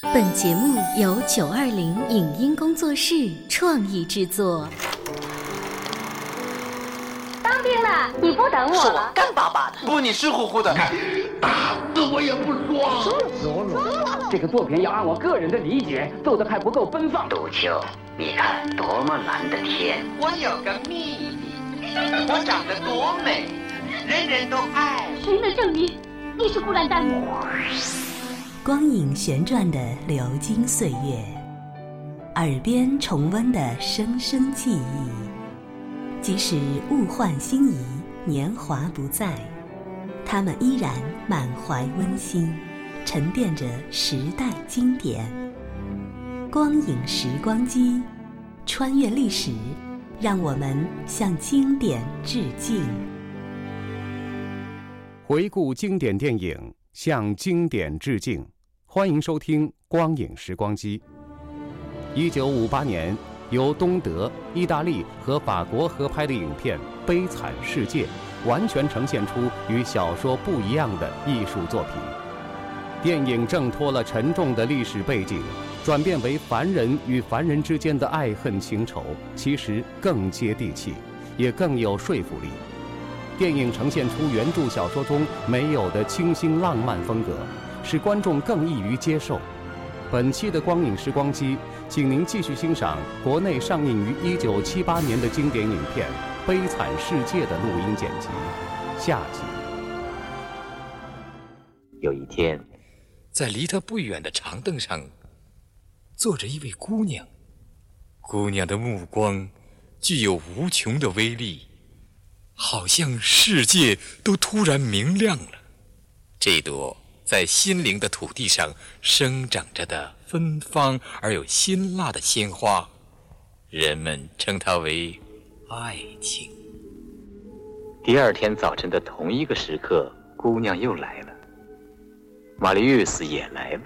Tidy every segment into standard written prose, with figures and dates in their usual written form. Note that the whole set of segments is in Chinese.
本节目由920影音工作室创意制作。 当兵了，你不等我了？ 是我干巴巴的， 不，你湿乎乎的。 打死我也不说。 这个作品要按我个人的理解做得还不够奔放。 杜秋，你看多么蓝的天！ 我有个秘密，我长得多美，人人都爱。 谁能证明你是孤兰丹？ 光影旋转的流金岁月，耳边重温的声声记忆。即使物换星移，年华不再，他们依然满怀温馨，沉淀着时代经典。光影时光机，穿越历史，让我们向经典致敬。 回顾经典电影，向经典致敬。欢迎收听光影时光机。1958年，由东德、意大利和法国合拍的影片《悲惨世界》完全呈现出与小说不一样的艺术作品。电影挣脱了沉重的历史背景，转变为凡人与凡人之间的爱恨情仇，其实更接地气，也更有说服力。电影呈现出原著小说中没有的清新浪漫风格，使观众更易于接受。本期的光影时光机，请您继续欣赏国内上映于1978年的经典影片《悲惨世界》的录音剪辑。下集。 有一天， 在离他不远的长凳上，坐着一位姑娘。姑娘的目光具有无穷的威力，好像世界都突然明亮了。这朵在心灵的土地上生长着的芬芳而又辛辣的鲜花，人们称它为爱情。 第二天早晨的同一个时刻，姑娘又来了，玛丽乌斯也来了。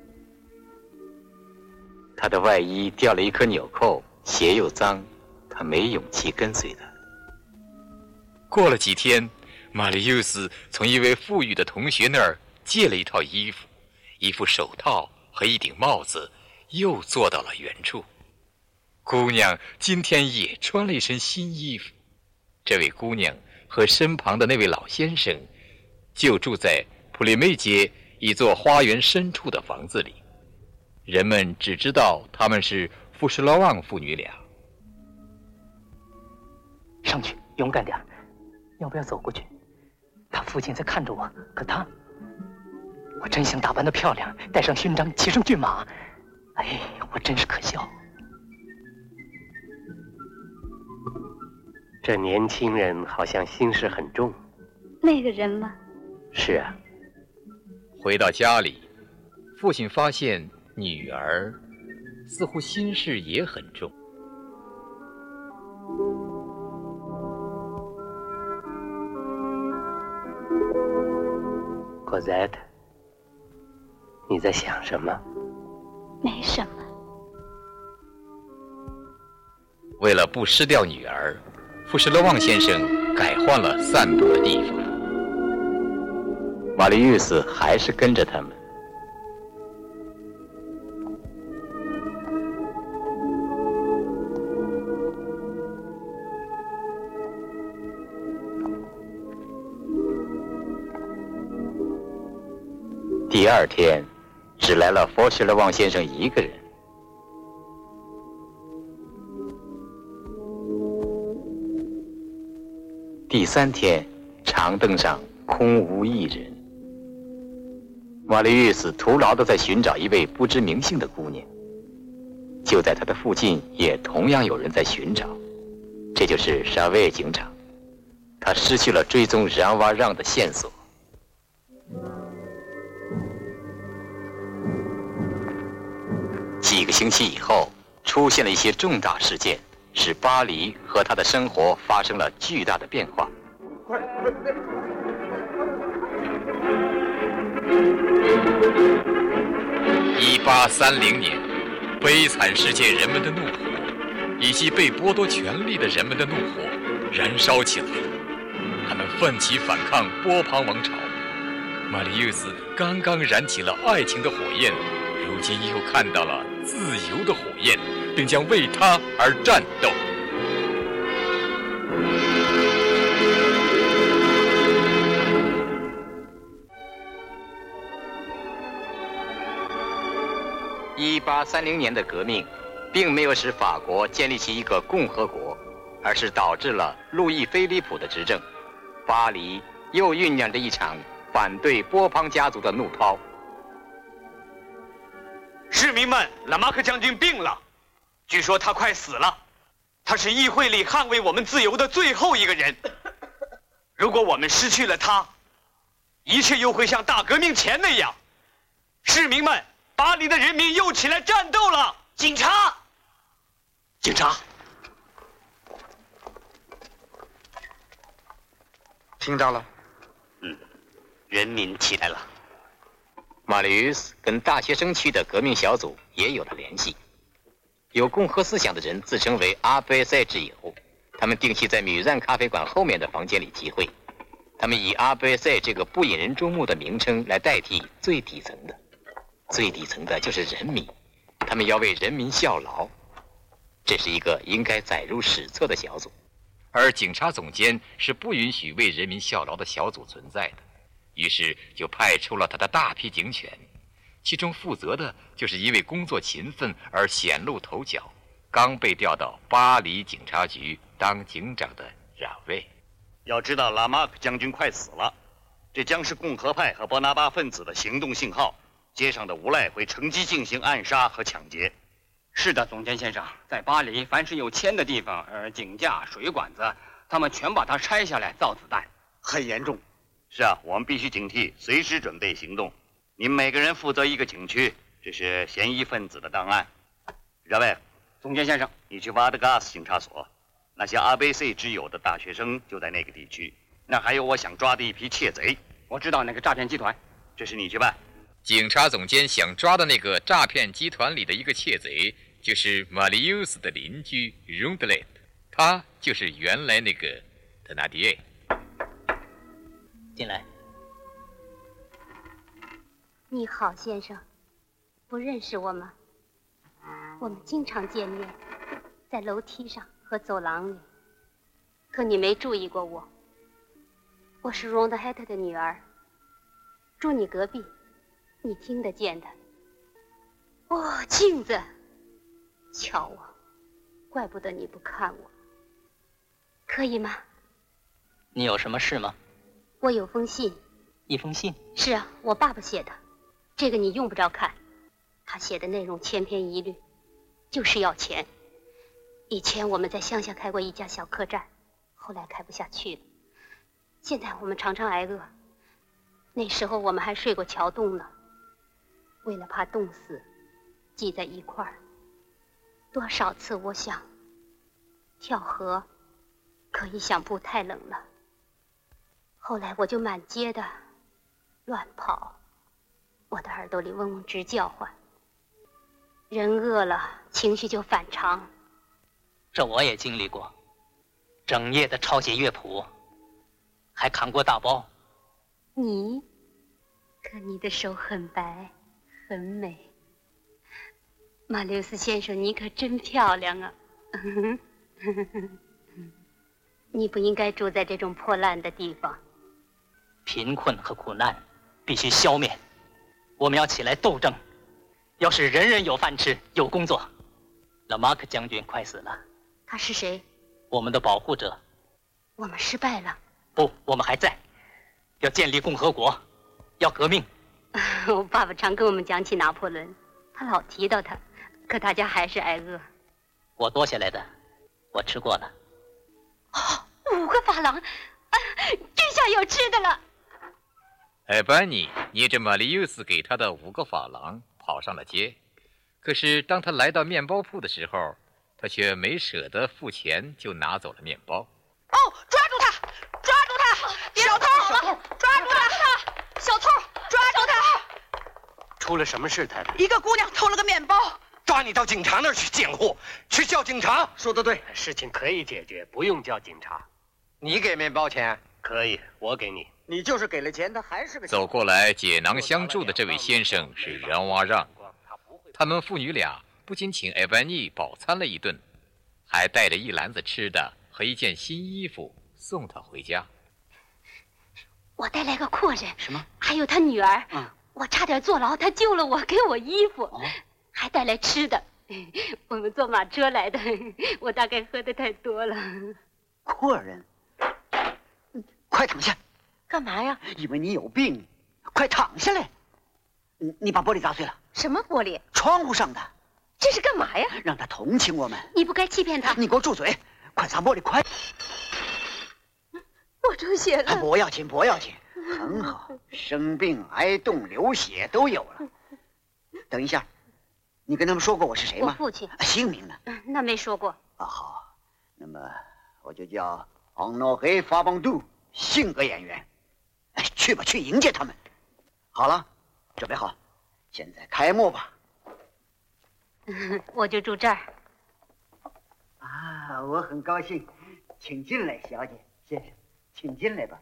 她的外衣掉了一颗纽扣，鞋又脏，她没勇气跟随他。 过了几天，玛丽乌斯从一位富裕的同学那儿借了一套衣服、一副手套和一顶帽子，又坐到了原处。姑娘今天也穿了一身新衣服。这位姑娘和身旁的那位老先生就住在普利梅街一座花园深处的房子里，人们只知道他们是富士勒旺父女俩。 上去，勇敢点。要不要走过去？他父亲在看着我，可他……我真想打扮得漂亮，带上勋章，骑上骏马。哎，我真是可笑。 这年轻人好像心事很重。 那个人吗？ 是啊。 回到家里，父亲发现女儿似乎心事也很重。 科赛特，你在想什么？ 没什么。 为了不失掉女儿，富士勒旺先生改换了散步的地方。 玛丽乌斯还是跟着他们。第二天，只来了福士勒旺先生一个人。第三天，长凳上空无一人。玛丽乌斯徒劳地在寻找一位不知名姓的姑娘。就在他的附近，也同样有人在寻找，这就是沙维警长。他失去了追踪让瓦让的线索。几个星期以后，出现了一些重大事件，使巴黎和他的生活发生了巨大的变化。 1830年，悲惨世界人们的怒火，以及被剥夺权利的人们的怒火燃烧起来了。他们奋起反抗波旁王朝。玛丽乌斯刚刚燃起了爱情的火焰， 如今又看到了自由的火焰，并将为它而战斗。 1830年的革命，并没有使法国建立起一个共和国，而是导致了路易·菲利普的执政。巴黎又酝酿着一场反对波旁家族的怒涛。 市民们，拉马克将军病了，据说他快死了。他是议会里捍卫我们自由的最后一个人。如果我们失去了他，一切又会像大革命前那样。市民们，巴黎的人民又起来战斗了！警察，警察， 听到了？ 人民起来了。 马里乌斯跟大学生区的革命小组也有了联系。有共和思想的人自称为阿贝塞之友，他们定期在米赞咖啡馆后面的房间里集会。他们以阿贝塞这个不引人注目的名称来代替最底层的。最底层的就是人民，他们要为人民效劳。这是一个应该载入史册的小组。 而警察总监是不允许为人民效劳的小组存在的，于是就派出了他的大批警犬，其中负责的就是一位工作勤奋而显露头角、刚被调到巴黎警察局当警长的冉卫。 要知道，拉马克将军快死了，这将是共和派和波拿巴分子的行动信号。街上的无赖会乘机进行暗杀和抢劫。 是的，总监先生，在巴黎，凡是有铅的地方，井架、水管子，他们全把它拆下来造子弹， 很严重。是啊，我们必须警惕，随时准备行动。你们每个人负责一个警区，这是嫌疑分子的档案。冉卫， 总监先生， 你去瓦德嘎斯警察所，那些阿贝塞之友的大学生就在那个地区。那还有我想抓的一批窃贼， 我知道那个诈骗集团， 这是你去办。 警察总监想抓的那个诈骗集团里的一个窃贼，就是马里乌斯的邻居荣德雷特，他就是原来那个特纳迪耶。 进来。 你好，先生，不认识我吗？我们经常见面，在楼梯上和走廊里，可你没注意过我。我是荣德海特的女儿，住你隔壁。你听得见的。哦，镜子，瞧我，怪不得你不看我。可以吗？ 你有什么事吗？ 我有封信。 一封信？ 是啊，我爸爸写的。这个你用不着看，他写的内容千篇一律，就是要钱。以前我们在乡下开过一家小客栈，后来开不下去了。现在我们常常挨饿，那时候我们还睡过桥洞呢。为了怕冻死，挤在一块儿。多少次我想跳河，可一想不太冷了。后来我就满街的乱跑，我的耳朵里嗡嗡直叫唤。人饿了，情绪就反常。 这我也经历过，整夜的抄写乐谱，还扛过大包。 你，可你的手很白。很美，马留斯先生，你可真漂亮啊！你不应该住在这种破烂的地方。 贫困和苦难必须消灭，我们要起来斗争，要使人人有饭吃，有工作。拉马克将军快死了。 他是谁？ 我们的保护者。 我们失败了。 不，我们还在，要建立共和国，要革命。 我爸爸常跟我们讲起拿破仑，他老提到他，可大家还是挨饿。 我夺下来的，我吃过了。 5个法郎，这下有吃的了。 艾班尼捏着马里乌斯给他的5个法郎跑上了街，可是当他来到面包铺的时候，他却没舍得付钱就拿走了面包。 哦，抓住他！抓住他！小偷！抓住他！小偷！抓住他！ 出了什么事，太太？ 一个姑娘偷了个面包。 抓你到警察那儿去贱货，去叫警察。 说得对，事情可以解决，不用叫警察。 你给面包钱？ 可以，我给你。 你就是给了钱，他还是个。 走过来解囊相助的这位先生是让哇让， 他们父女俩不仅请埃班尼饱餐了一顿，还带着一篮子吃的和一件新衣服送他回家。 我带来个阔人， 什么？ 还有他女儿。我差点坐牢，他救了我，给我衣服，还带来吃的。我们坐马车来的，我大概喝的太多了。 阔人，快躺下。 干嘛呀？ 因为你有病，快躺下来。你把玻璃砸碎了。 什么玻璃？ 窗户上的。 这是干嘛呀？ 让他同情我们。 你不该欺骗他。 你给我住嘴！快砸玻璃，快！ 我出血了。 不要紧，不要紧，很好。生病、挨冻、流血都有了。等一下，你跟他们说过我是谁吗？ 我父亲。 姓名呢？ 那没说过。 好，那么我就叫昂诺黑·法邦杜，性格演员。去吧，去迎接他们。好了，准备好，现在开幕吧。 我就住这儿。 啊，我很高兴，请进来，小姐、先生，请进来吧。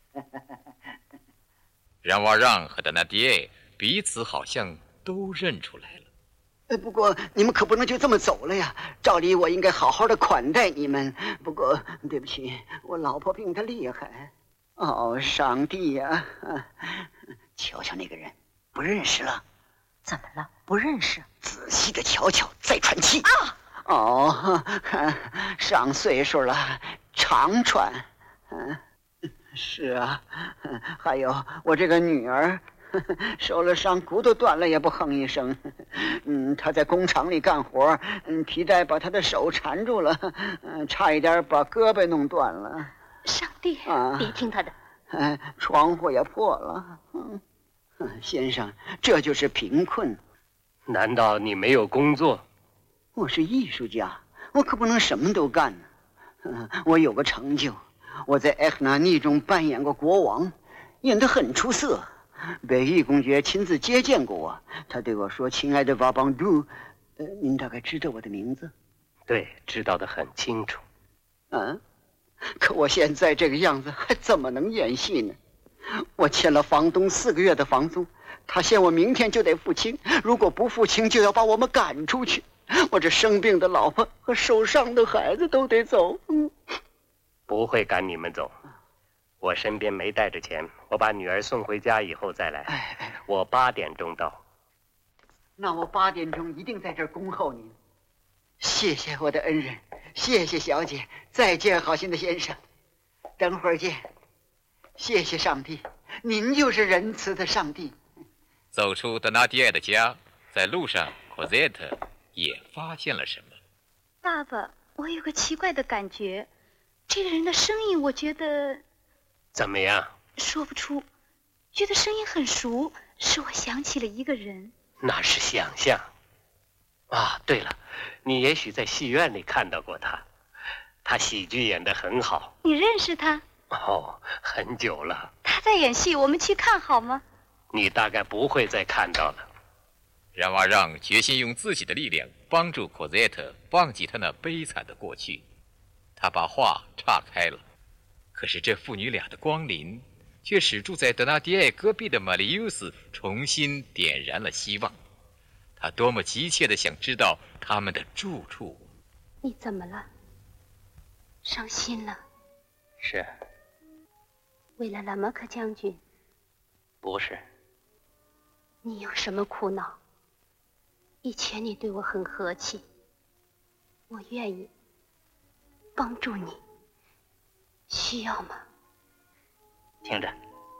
让瓦让和德纳迪埃彼此好像都认出来了。 不过你们可不能就这么走了呀！照理我应该好好的款待你们。不过对不起，我老婆病得厉害。哦，上帝呀！瞧瞧那个人，不认识了。 怎么了？不认识？ 仔细的瞧瞧，再喘气。 啊！ 哦，上岁数了，常喘。是啊，还有我这个女儿，受了伤，骨头断了也不哼一声。她在工厂里干活，皮带把她的手缠住了，差一点把胳膊弄断了。 上帝，别听他的。 窗户也破了。先生，这就是贫困。 难道你没有工作？ 我是艺术家，我可不能什么都干呢。我有个成就，我在埃克纳尼中扮演过国王，演得很出色。北翼公爵亲自接见过我，他对我说：“亲爱的瓦邦杜，您大概知道我的名字？” 对，知道得很清楚。 可我现在这个样子，还怎么能演戏呢？我欠了房东4个月的房租，他限我明天就得付清，如果不付清，就要把我们赶出去。我这生病的老婆和受伤的孩子都得走。 不会赶你们走，我身边没带着钱，我把女儿送回家以后再来。我8点钟到。 那我8点钟一定在这儿恭候您。谢谢我的恩人，谢谢小姐，再见，好心的先生，等会儿见。谢谢上帝，您就是仁慈的上帝。 走出德纳迪埃的家，在路上，科塞特也发现了什么。 爸爸，我有个奇怪的感觉，这个人的声音，我觉得怎么样？ 说不出，觉得声音很熟，使我想起了一个人。 那是想象。啊，对了，你也许在戏院里看到过他，他喜剧演得很好。 你认识他？ 哦，很久了。 他在演戏，我们去看好吗？ 你大概不会再看到了。 让瓦让决心用自己的力量帮助科塞特忘记他那悲惨的过去。他把话岔开了，可是这父女俩的光临却使住在德纳迪埃隔壁的玛丽尤斯重新点燃了希望。他多么急切地想知道他们的住处。 你怎么了？伤心了？ 是。 为了拉莫克将军？ 不是。 你有什么苦恼？以前你对我很和气，我愿意帮助你，需要吗？ 听着。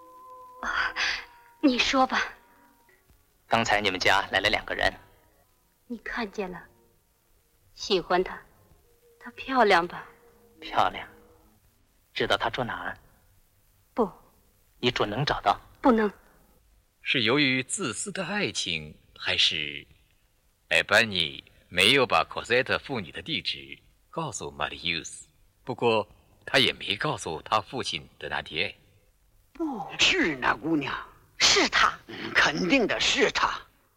你说吧。 刚才你们家来了2个人， 你看见了？喜欢她，她漂亮吧？ 漂亮。知道她住哪儿？ 不。 你准能找到？ 不能。 是由于自私的爱情，还是埃班尼没有把科塞特父女的地址告诉玛丽尤斯？不过他也没告诉他父亲德纳迪埃。 不是那姑娘。 是他， 肯定的是他。 他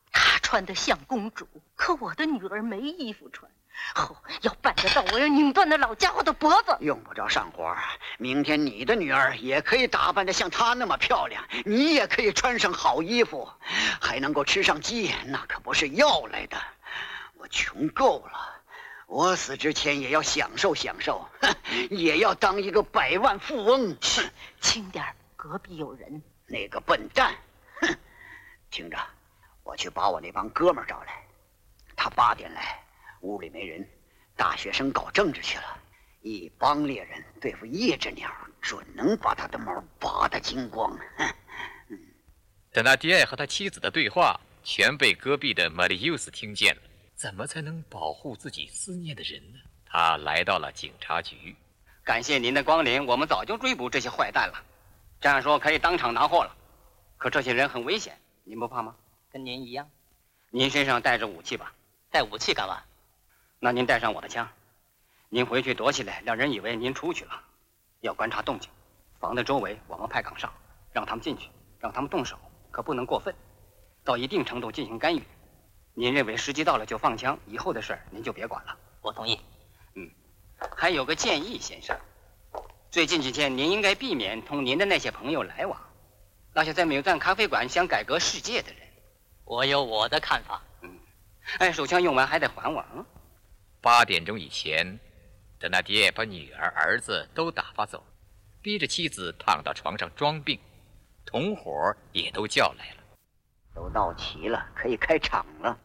穿得像公主，可我的女儿没衣服穿。要办得到，我要拧断那老家伙的脖子。 用不着上活，明天你的女儿也可以打扮得像她那么漂亮，你也可以穿上好衣服，还能够吃上鸡，那可不是要来的。我穷够了，我死之前也要享受享受，也要当一个100万富翁。 轻点，隔壁有人。 那个笨蛋，哼！听着，我去把我那帮哥们找来。他8点来，屋里没人，大学生搞政治去了。一帮猎人对付一只鸟，准能把他的毛拔得精光。 德纳迪埃和他妻子的对话全被隔壁的马里尤斯听见了。怎么才能保护自己思念的人呢？他来到了警察局。 感谢您的光临，我们早就追捕这些坏蛋了。这样说可以当场拿货了。可这些人很危险，您不怕吗？ 跟您一样。 您身上带着武器吧？ 带武器干嘛？ 那您带上我的枪，您回去躲起来，让人以为您出去了。要观察动静，房的周围我们派岗哨，让他们进去，让他们动手，可不能过分，到一定程度进行干预。您认为时机到了就放枪，以后的事您就别管了。 我同意。 还有个建议，先生，最近几天您应该避免同您的那些朋友来往，那些在美赞咖啡馆想改革世界的人。 我有我的看法。 手枪用完还得还我。 8点钟以前，德纳迪埃把女儿、儿子都打发走，逼着妻子躺到床上装病，同伙也都叫来了。 都到齐了，可以开场了。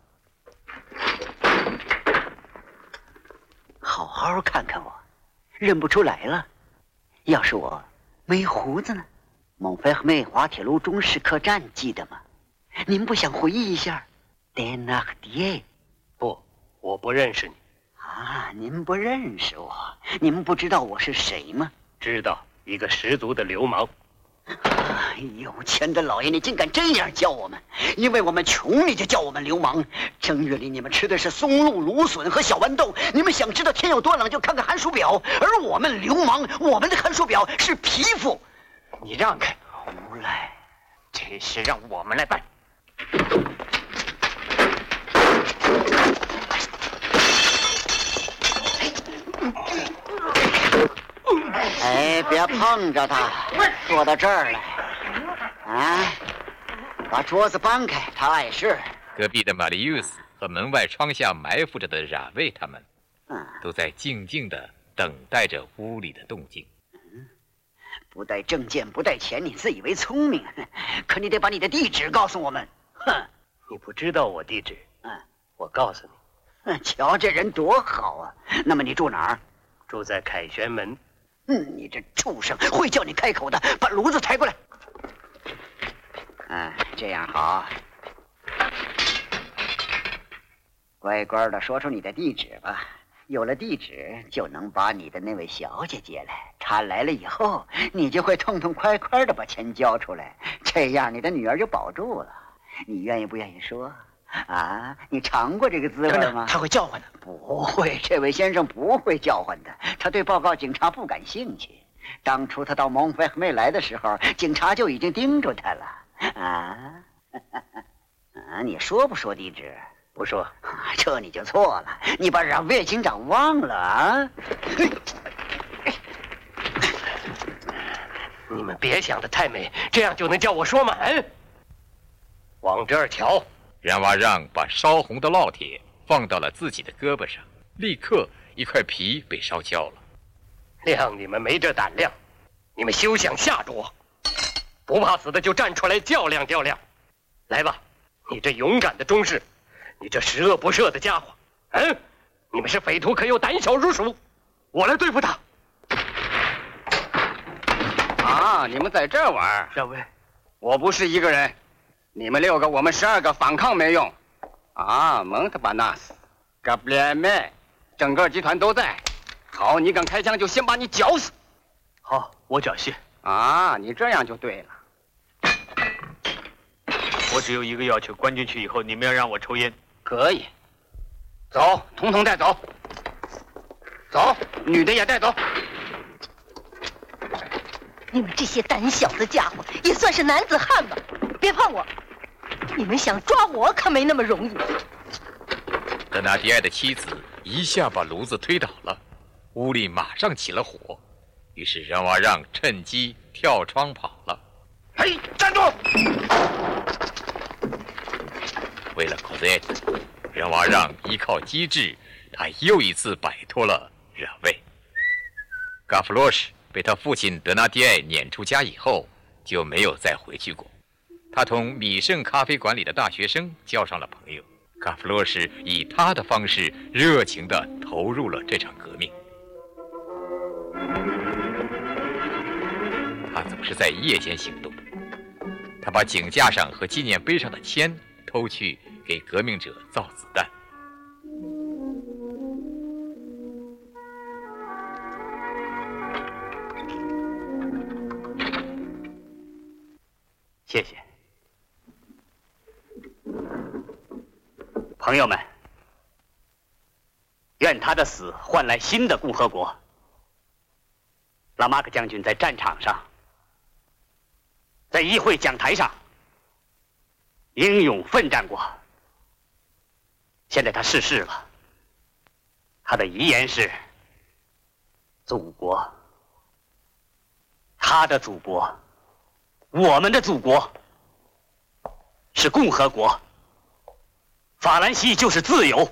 好好看看我，认不出来了。要是我没胡子呢？蒙菲和梅滑铁卢中式客栈记得吗？您不想回忆一下？德纳迪埃？ 不，我不认识你。 啊，您不认识我？您不知道我是谁吗？ 知道，一个十足的流氓。 有钱的老爷，你竟敢这样叫我们！因为我们穷，你就叫我们流氓。正月里你们吃的是松露、芦笋和小豌豆，你们想知道天有多冷就看看寒暑表，而我们流氓，我们的寒暑表是皮肤。 你让开！ 无赖， 这事让我们来办。 哎，别碰着他，坐到这儿来。啊，把桌子搬开，他碍事。 隔壁的马里尤斯和门外窗下埋伏着的冉卫他们，都在静静地等待着屋里的动静。 不带证件，不带钱，你自以为聪明，可你得把你的地址告诉我们。哼， 你不知道我地址？我告诉你。瞧这人多好啊！那么你住哪儿？ 住在凯旋门。 你这畜生，会叫你开口的，把炉子抬过来。这样好。乖乖的说出你的地址吧。有了地址，就能把你的那位小姐接来。她来了以后，你就会痛痛快快的把钱交出来，这样你的女儿就保住了。你愿意不愿意说？啊，你尝过这个滋味吗？ 他会叫唤的。 不会，这位先生不会叫唤的。他对报告警察不感兴趣。当初他到蒙菲和梅来的时候，警察就已经盯住他了。你说不说地址？ 不说。 这你就错了，你把冉卫警长忘了啊！ 你们别想得太美，这样就能叫我说满。往这儿瞧。 冉瓦让把烧红的烙铁放到了自己的胳膊上，立刻一块皮被烧焦了。 谅你们没这胆量，你们休想吓着我！不怕死的就站出来较量较量。来吧，你这勇敢的中士，你这十恶不赦的家伙，你们是匪徒，可又胆小如鼠，我来对付他。 你们在这玩？ 冉卫， 我不是一个人。你们6个，我们12个，反抗没用。蒙特巴纳斯、嘎布列梅，整个集团都在。好，你敢开枪，就先把你绞死。 好，我缴械。 你这样就对了。 我只有一个要求，关进去以后，你们要让我抽烟。 可以。走，统统带走。走，女的也带走。 你们这些胆小的家伙，也算是男子汉吧？别碰我！ 你们想抓我可没那么容易。 德纳迪埃的妻子一下把炉子推倒了，屋里马上起了火，于是让瓦让趁机跳窗跑了。 嘿，站住！ 为了 Cosette， 让瓦让依靠机智，他又一次摆脱了惹卫。嘎弗洛什被他父亲德纳迪埃撵出家以后，就没有再回去过。他同米盛咖啡馆里的大学生交上了朋友。嘎弗洛什以他的方式热情地投入了这场革命。他总是在夜间行动。他把井架上和纪念碑上的铅偷去给革命者造子弹。 谢谢。朋友们，愿他的死换来新的共和国。拉马克将军在战场上，在议会讲台上英勇奋战过。现在他逝世了，他的遗言是：祖国，他的祖国，我们的祖国是共和国。法兰西就是自由。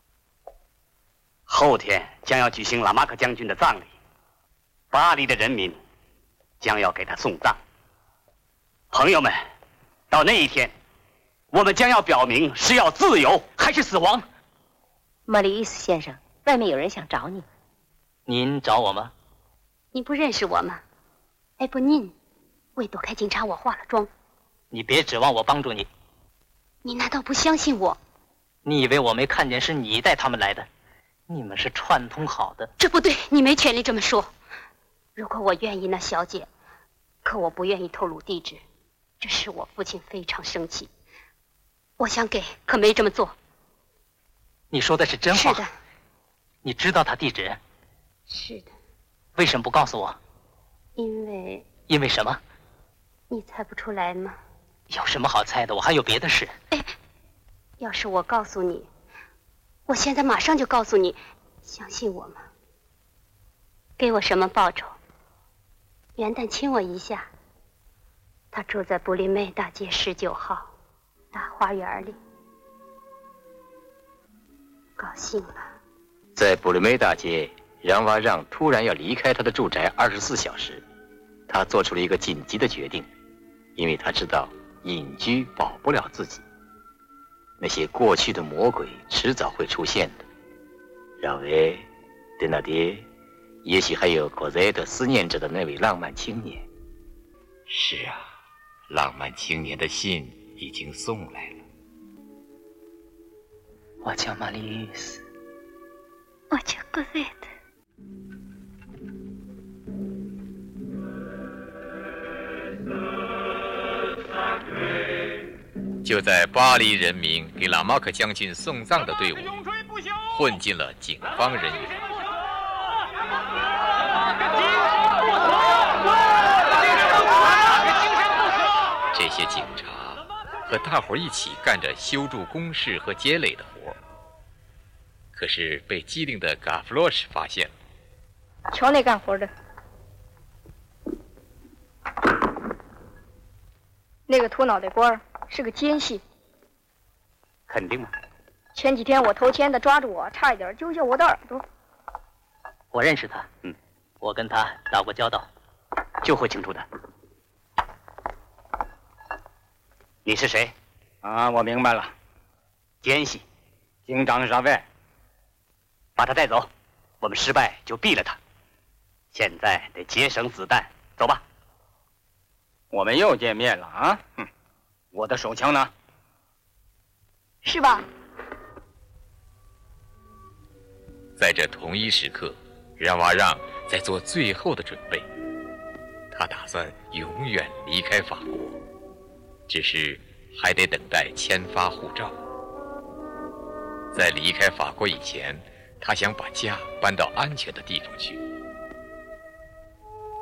后天将要举行拉马克将军的葬礼，巴黎的人民将要给他送葬。朋友们，到那一天，我们将要表明是要自由还是死亡。 莫里伊斯先生，外面有人想找你。 您找我吗？ 你不认识我吗？埃布宁，为躲开警察，我化了妆。 你别指望我帮助你。 你难道不相信我？ 你以为我没看见是你带他们来的？你们是串通好的。 这不对，你没权利这么说。如果我愿意呢，小姐，可我不愿意透露地址，这使我父亲非常生气。我想给，可没这么做。 你说的是真话？ 是的。 你知道他地址？ 是的。 为什么不告诉我？ 因为什么？ 你猜不出来吗？ 有什么好猜的？我还有别的事。 哎，要是我告诉你，我现在马上就告诉你，相信我吗？给我什么报酬？元旦亲我一下。他住在布利梅大街19号大花园里。高兴了。 在布利梅大街，让瓦让突然要离开他的住宅24小时，他做出了一个紧急的决定，因为他知道隐居保不了自己。那些过去的魔鬼迟早会出现的。让维、德纳迪，也许还有科塞特思念着的那位浪漫青年。 是啊，浪漫青年的信已经送来了。 我叫玛丽·斯。 我叫科塞特。 就在巴黎人民给拉马克将军送葬的队伍混进了警方人员。这些警察和大伙一起干着修筑工事和街垒的活，可是被机灵的嘎弗洛什发现了。 瞧那干活的，那个秃脑袋官是个奸细。 肯定吗？ 前几天我投钱的抓住我，差一点揪下我的耳朵。 我认识他，我跟他打过交道， 就会清楚的。你是谁？ 啊，我明白了， 奸细， 警长沙贝。 把他带走，我们失败就毙了他。现在得节省子弹，走吧。 我们又见面了啊！我的手枪呢？ 是吧？ 在这同一时刻，让瓦让在做最后的准备。他打算永远离开法国，只是还得等待签发护照。在离开法国以前，他想把家搬到安全的地方去。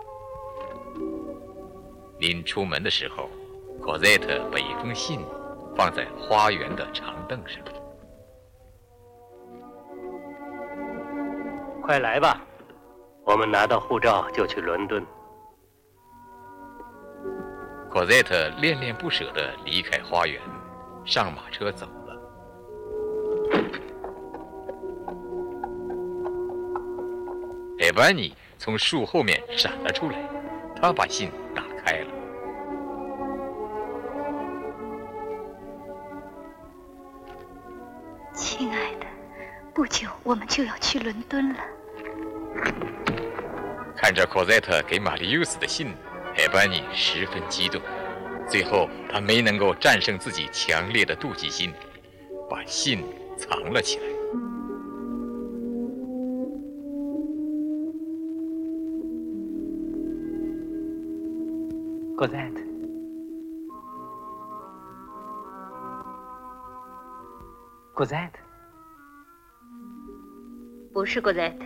临出门的时候，科塞特把一封信放在花园的长凳上。 快来吧，我们拿到护照就去伦敦。 科赛特恋恋不舍地离开花园，上马车走了。艾班尼从树后面闪了出来，他把信打开了。 亲爱的，不久我们就要去伦敦了。 看着科赛特给马利乌斯的信，艾班尼十分激动。最后，他没能够战胜自己强烈的妒忌心，把信藏了起来。 Cosette， 不是 Cosette，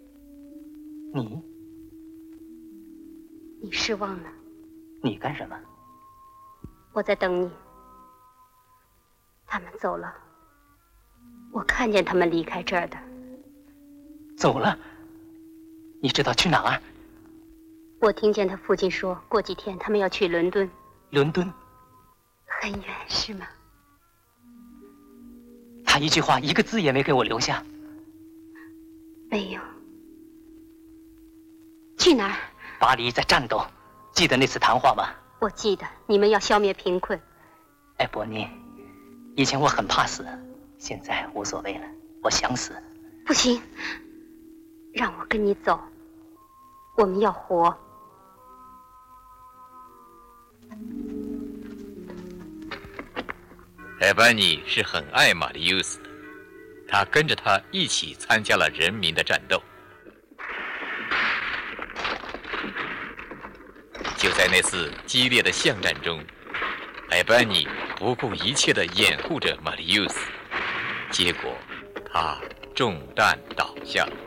你失望了？ 你干什么？ 我在等你。他们走了，我看见他们离开这儿的。 走了？你知道去哪儿？ 我听见他父亲说，过几天他们要去伦敦。 伦敦？ 很远是吗？ 他一句话一个字也没给我留下。 没有。去哪儿？ 巴黎在战斗，记得那次谈话吗？ 我记得，你们要消灭贫困。 艾伯尼，以前我很怕死，现在无所谓了，我想死。 不行，让我跟你走，我们要活。 艾班尼是很爱马利乌斯的，他跟着他一起参加了人民的战斗。就在那次激烈的巷战中，艾班尼不顾一切地掩护着马利乌斯，结果他中弹倒下了。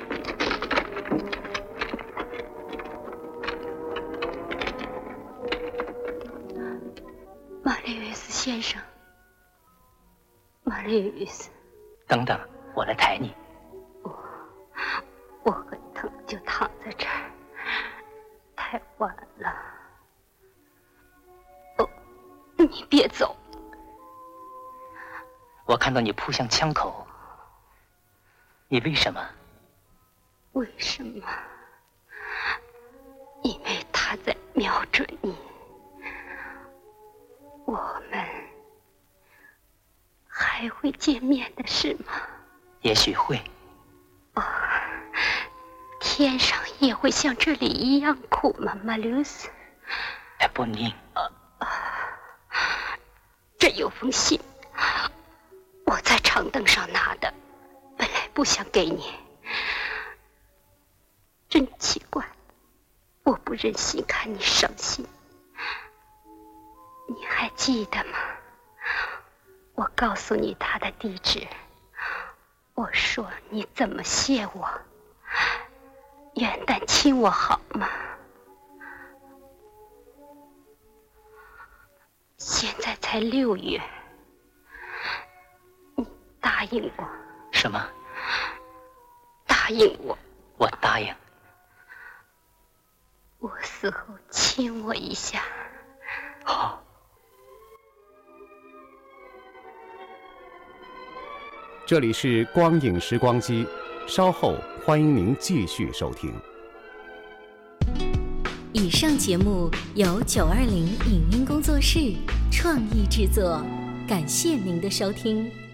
马利乌斯先生，马利乌斯， 等等，我来抬你。 我很疼，就躺在这儿，太晚了。你别走。 我看到你扑向枪口，你为什么？ 为什么？因为他在瞄准你。我们还会见面的是吗？ 也许会。 天上也会像这里一样苦吗，马鲁斯？ 艾伯尼。 这有封信，我在长凳上拿的，本来不想给你。真奇怪，我不忍心看你伤心。你还记得吗？我告诉你他的地址，我说你怎么谢我，元旦亲我好吗？现在才6月，你答应我。 什么？ 答应我。 我答应。 我死后亲我一下。 好。 这里是光影时光机，稍后欢迎您继续收听。 以上节目由920影音工作室创意制作，感谢您的收听。